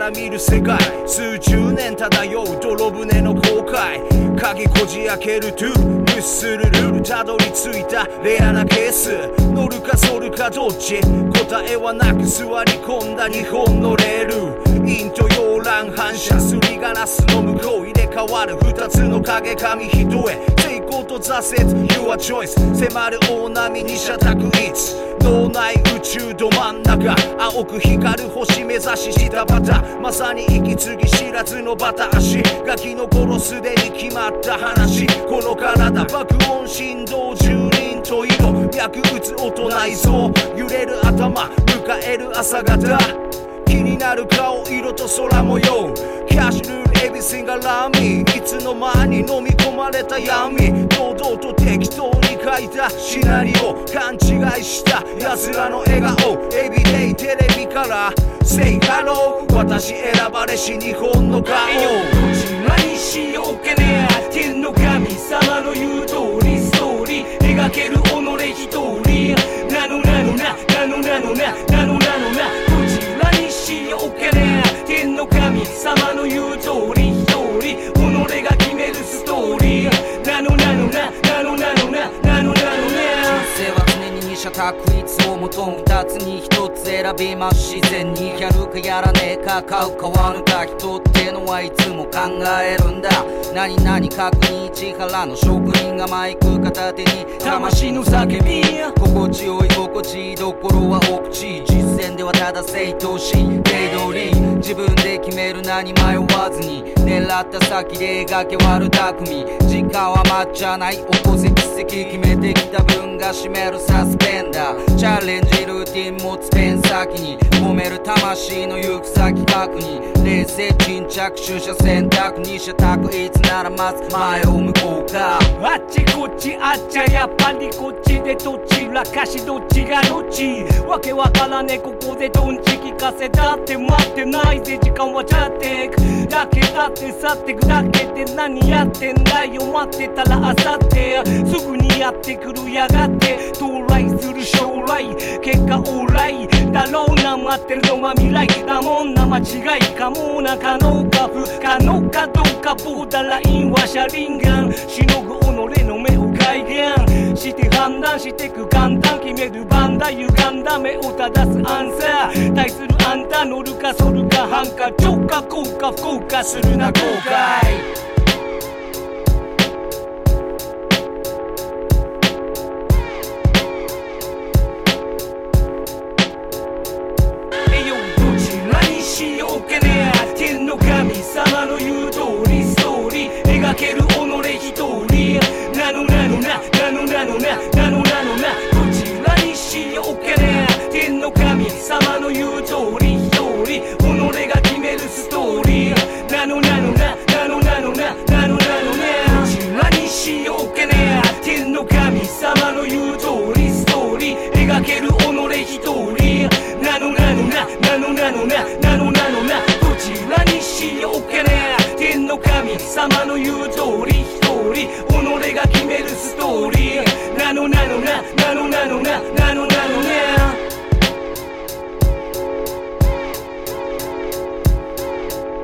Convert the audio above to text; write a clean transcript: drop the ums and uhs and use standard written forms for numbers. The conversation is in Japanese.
から見る世界、数十年漂う泥船の航海、鍵こじ開けるトゥー無視するルール、たどり着いたレアなケース、乗るか反るかどっち、答えはなく座り込んだ日本のレール、陰と陽乱反射、すりガラスの向こう入れ替わる二つの影紙一重、成功と挫折 Your choice、 迫る大波に社宅いつ脳内宇宙ど真ん中、青く光る星目指ししたバタ、まさに息継ぎ知らずのバタ足、ガキの頃すでに決まった話、この体爆音振動十輪と色、脈打つ音内臓、揺れる頭迎える朝方、気になる顔色と空模様、キャッシュルールエビシンがラミー、いつの間に飲み込まれた闇、堂々と適当に書いたシナリオ、勘違いした奴らの笑顔、エビデイテレビから Say hello、 私選ばれし日本の顔、 どちらにしようかね、天の神様の言う通りストーリー描ける己一人、なのなのななのなのななのなのな、しようかね、天の神様の言う通り一人己が決めるストーリー、なのなのななのなのななのなのな、人生は常に二者択一を求む、二つに一つ選びます、自然にやるかやらねえか、買う買わぬか、人ってのはいつも考えるんだ、何々確認市原の職人がマイク片手に魂の叫び、心地よい心地いいどころは奥地、実践ではただ正当し手取り、自分で決める何迷わずに、狙った先で描け悪巧み、時間は待っちゃない、起こせ奇跡、決めてきた分が占めるサスペンダー、チャレンジルーティン持つペン先に込める魂の行く先確認、冷静沈着取捨選択、二者択一ならまず前を向こうか、あっちこっちあっちゃやっぱりこっちでどちらかしどっちがどっち、わけわからねえここでドンチ聞かせたって待ってないぜ、時間は経っていくだけだって去ってくだけで何やってんだよ、待ってたらあさってすぐにやってくるやがって、到来する将来結果オーライだろうな、待ってるのは未来だもんな、間違いかもな、可能か不可能かどうか、ボーダーラインは車輪眼、しのぐ己の目を改元して判断してく簡単、決める番だ歪んだ目を正すアンサー、対するあんた乗るか反るか反か超過効果不効果するな後悔、天の神様の言う通りストーリー描ける己一人、なのなのななのなのななのなのな、どちらにしようかね、天の神様の言う通り一人己が決めるストーリー、なのなのななのなのななのなのな、どちらにしようかね、天の神様の言う通りストーリー描ける己一人、なのなのななのなのななのなのな、どちらにしようかね、天の神様の言う通り一人己が決めるストーリー、なのなのななのなのななのな